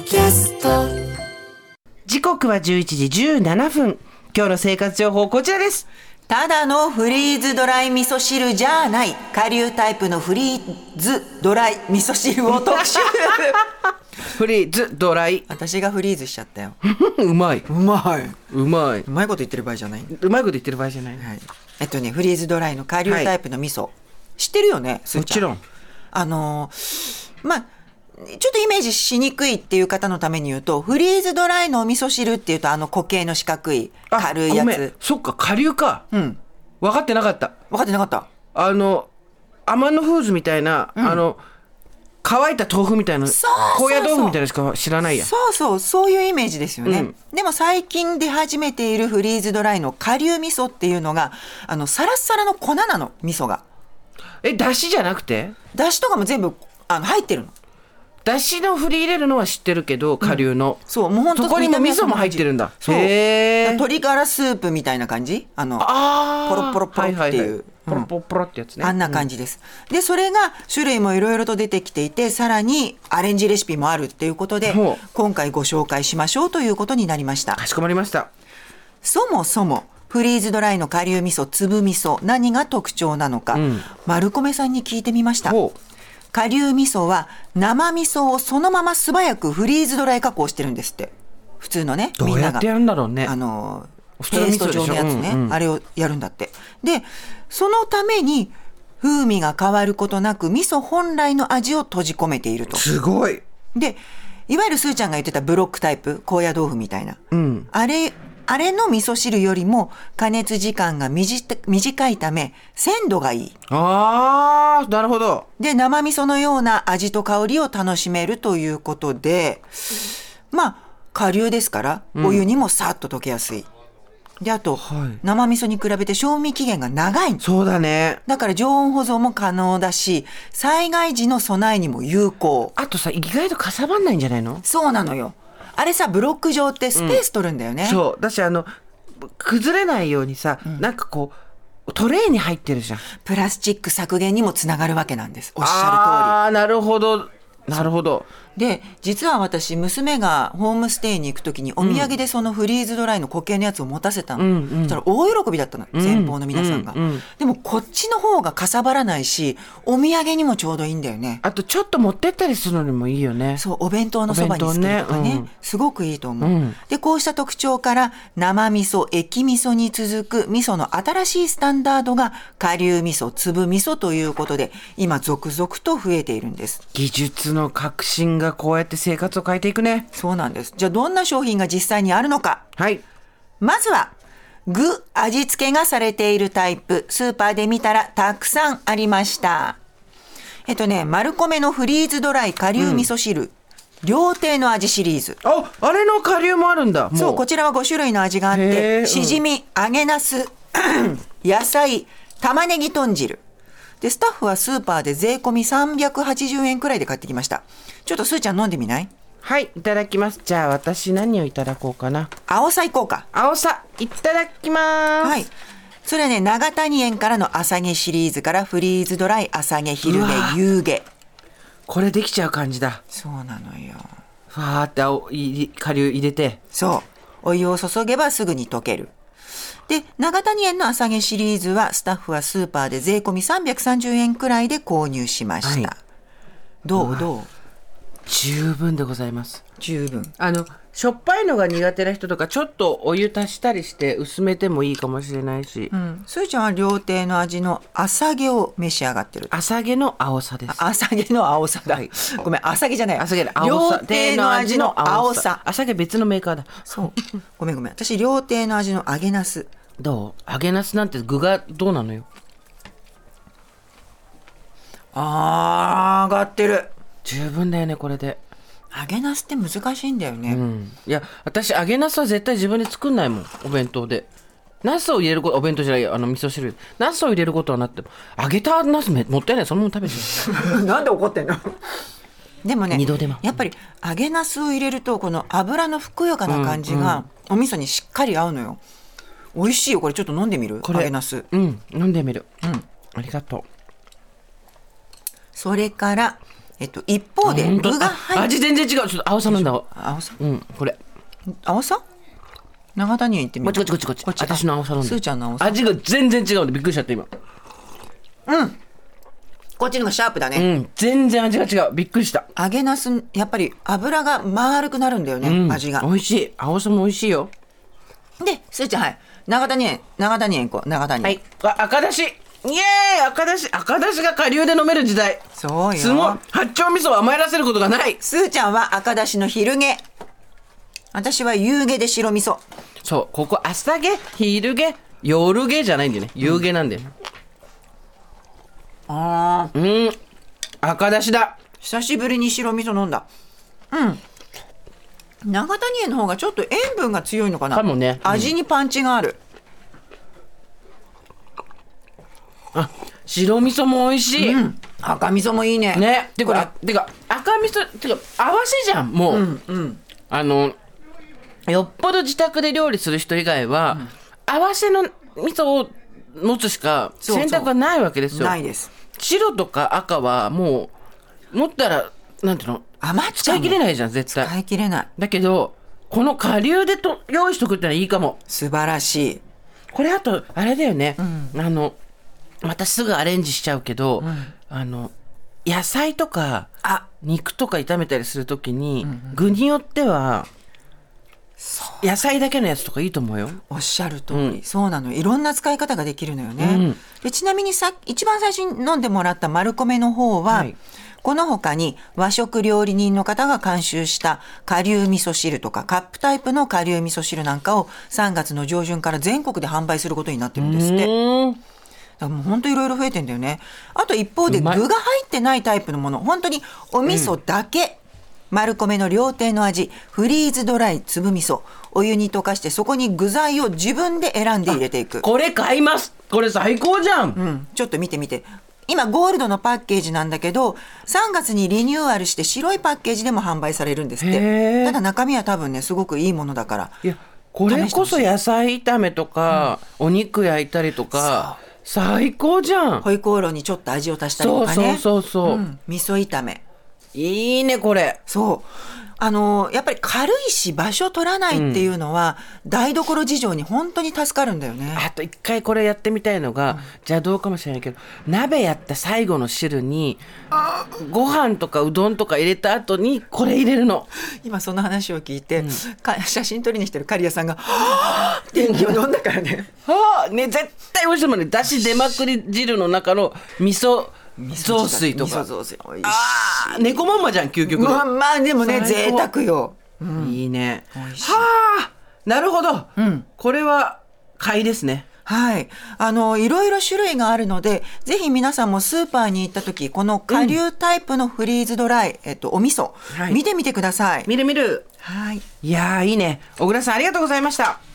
キャスト。 時刻は11時17分。今日の生活情報こちらです。 ただのフリーズドライ味噌汁じゃない、顆粒タイプのフリーズドライ味噌汁を特集フリーズドライ私がフリーズしちゃったようまい、 うまい、 うまい、 うまいこと言ってる場合じゃない、 うまいこと言ってる場合じゃない、 はい、フリーズドライの顆粒タイプの味噌、知ってるよね、 もちろん。 まあちょっとイメージしにくいっていう方のために言うと、フリーズドライのお味噌汁っていうと固形の四角い軽いやごめん、 つ。 そっか、顆粒か。分かってなかった。 分かってなかった。 アマノフーズみたいな、乾いた豆腐みたいな、高野豆腐みたいなしか知らないや。 そういうイメージですよね、でも最近出始めているフリーズドライの顆粒味噌っていうのがサラッサラの粉なの、味噌が。 だしじゃなくて？ だしとかも全部入ってるの。 だしの振り入れるのは知ってるけど、顆粒の、 そう、もう本当そこにも味噌も入ってるんだ。 そう、 へー、 鶏ガラスープみたいな感じ、ポロポロポロっていう、 ポロポロポロってやつね、 あんな感じです、でそれが種類もいろいろと出てきていて、さらにアレンジレシピもあるっていうことで、今回ご紹介しましょうということになりました。 かしこまりました。 そもそもフリーズドライの顆粒味噌、粒味噌、何が特徴なのか、丸米さんに聞いてみました。顆粒味噌は生味噌をそのまま素早くフリーズドライ加工してるんですって。普通のね、 どうやってやるんだろうね、 ペースト状のやつね、あれをやるんだって。でそのために風味が変わることなく味噌本来の味を閉じ込めていると。 すごい。 でいわゆるスーちゃんが言ってたブロックタイプ、高野豆腐みたいな、あれの味噌汁よりも加熱時間が短いため鮮度がいい。 なるほど。 で生味噌のような味と香りを楽しめるということで、顆粒ですからお湯にもさっと溶けやすい。であと、生味噌に比べて賞味期限が長い。 そうだね。 だから常温保存も可能だし、災害時の備えにも有効。 あとさ、意外とかさばんないんじゃないの？ そうなのよ。あれさ、ブロック状ってスペース取るんだよね、 そうだし、崩れないようにさ、なんかこうトレイに入ってるじゃん。 プラスチック削減にもつながるわけなんです。おっしゃる通り。 なるほどなるほど。 で実は私、娘がホームステイに行くときにお土産でそのフリーズドライの固形のやつを持たせたの、そしたら大喜びだったの、前方の皆さんが、でもこっちの方がかさばらないし、お土産にもちょうどいいんだよね。 あとちょっと持ってったりするのにもいいよね。 そう、お弁当のそばにつけるとかね、すごくいいと思う、でこうした特徴から生味噌、液味噌に続く味噌の新しいスタンダードが顆粒味噌、粒味噌ということで今続々と増えているんです。 技術の革新がこうやって生活を変えていくね。 そうなんです。じゃあどんな商品が実際にあるのか。まずは具味付けがされているタイプ、スーパーで見たらたくさんありました。丸米のフリーズドライ顆粒味噌汁、料亭の味シリーズ。 あれの顆粒もあるんだ。 そう、こちらは5種類の味があって、しじみ、揚げなす野菜、玉ねぎ豚汁で、スタッフはスーパーで税込み380円くらいで買ってきました。ちょっとスーちゃん飲んでみない？ はい、いただきます。じゃあ私何をいただこうかな。 青さいこうか。 青さいただきます。 はい、それはね、長谷園からの朝毛シリーズからフリーズドライ朝毛、昼毛、夕毛。 これできちゃう感じだ。 そうなのよ。 ファーって顆粒入れて、 そうお湯を注げばすぐに溶ける。で長谷園の朝毛シリーズはスタッフはスーパーで税込み330円くらいで購入しました、どう十分でございます。 十分。 しょっぱいのが苦手な人とか、ちょっとお湯足したりして薄めてもいいかもしれないし、 スーちゃんは料亭の味の朝毛を召し上がってる。 朝毛の青さです。 朝毛の青さだ、ごめん、朝毛じゃない、 朝毛の青さ、 料亭の味の青さ。 朝毛別のメーカーだ。 そうごめん私料亭の味の揚げなす。 どう？揚げなすなんて具がどうなのよ。 上がってる。 十分だよね、これで。 揚げなすって難しいんだよね、 いや私揚げなすは絶対自分で作んないもん、お弁当で。ナスを入れること、お弁当じゃない、味噌汁、ナスを入れることはなっても、揚げたナスもったいない、そのまま食べてるなんで怒ってんのでもね、 二度手間。 やっぱり揚げなすを入れるとこの油のふくよかな感じがお味噌にしっかり合うのよ。美味しいよ。これちょっと飲んでみる？揚げなす。 飲んでみる。ありがとう。 それから一方で本当具が入って味全然違う。ちょっと青さなんだ。 青さこれ青さ長谷園行ってみる。 こっち私の青さなんだ。 すーちゃんの青さ味が全然違うんでびっくりしちゃった今。 こっちのがシャープだね、 全然味が違う。びっくりした。 揚げなすやっぱり油が丸くなるんだよね、味が。 美味しい。青さも美味しいよ。 ですーちゃん、はい、長谷園行こう。長谷園、 はい。赤だし。イエーイ。赤だしが顆粒で飲める時代。 そうよ。 すごい。八丁味噌を甘えらせることがない。 すーちゃんは赤だしの昼毛、私は夕毛で白味噌。 そう、ここ朝毛、昼毛、夜毛じゃないんだよね。夕毛なんだよ。赤だしだ。 久しぶりに白味噌飲んだ。長谷園の方がちょっと塩分が強いのかな。 かもね。 味にパンチがある。 白味噌も美味しい。 赤味噌もいいね。 ね。てか赤味噌てか合わせじゃんもう。よっぽど自宅で料理する人以外は、合わせの味噌を持つしか選択がないわけですよ。 ないです。 白とか赤はもう持ったらなんていうの、 余っちゃう。 使い切れないじゃん絶対。 使い切れない。 だけどこの顆粒で用意しとくってのはいいかも。 素晴らしい。 これあとあれだよね、またすぐアレンジしちゃうけど、野菜とか肉とか炒めたりするときに、具によっては野菜だけのやつとかいいと思うよ。 おっしゃる通り、そうなの。いろんな使い方ができるのよね、でちなみに一番最初に飲んでもらった丸米の方は、この他に和食料理人の方が監修した顆粒味噌汁とかカップタイプの顆粒味噌汁なんかを3月の上旬から全国で販売することになってるんですって。だからもう本当いろいろ増えてんだよね。あと一方で具が入ってないタイプのもの、本当にお味噌だけ、丸米の料亭の味、フリーズドライ粒味噌、お湯に溶かしてそこに具材を自分で選んで入れていく。 これ買います。これ最高じゃん、 ちょっと見てみて。今ゴールドのパッケージなんだけど、3月にリニューアルして白いパッケージでも販売されるんですって。ただ中身は多分ねすごくいいものだから。 いやこれこそ野菜炒めとか、お肉焼いたりとか最高じゃん。 ホイコーローにちょっと味を足したりとかね。 そう、 味噌炒めいいねこれ。 そうやっぱり軽いし場所取らないっていうのは、台所事情に本当に助かるんだよね。 あと一回これやってみたいのが、邪道かもしれないけど、鍋やった最後の汁にご飯とかうどんとか入れた後にこれ入れるの。 今その話を聞いて、写真撮りにしてる刈谷さんがはぁって息を飲んだからね。 ね、絶対美味しいもんね。だし出まくり汁の中の味噌雑炊とか。 味噌雑炊美味しい。 猫まんまじゃん究極の。 まあでもね贅沢よ、 いいね。 美味しい。 はあ、なるほど、これは買いですね。 はい、いろいろ種類があるので、ぜひ皆さんもスーパーに行った時、この顆粒タイプのフリーズドライ、お味噌、見てみてください。 見る。 はい。 いやーいいね。小倉さんありがとうございました。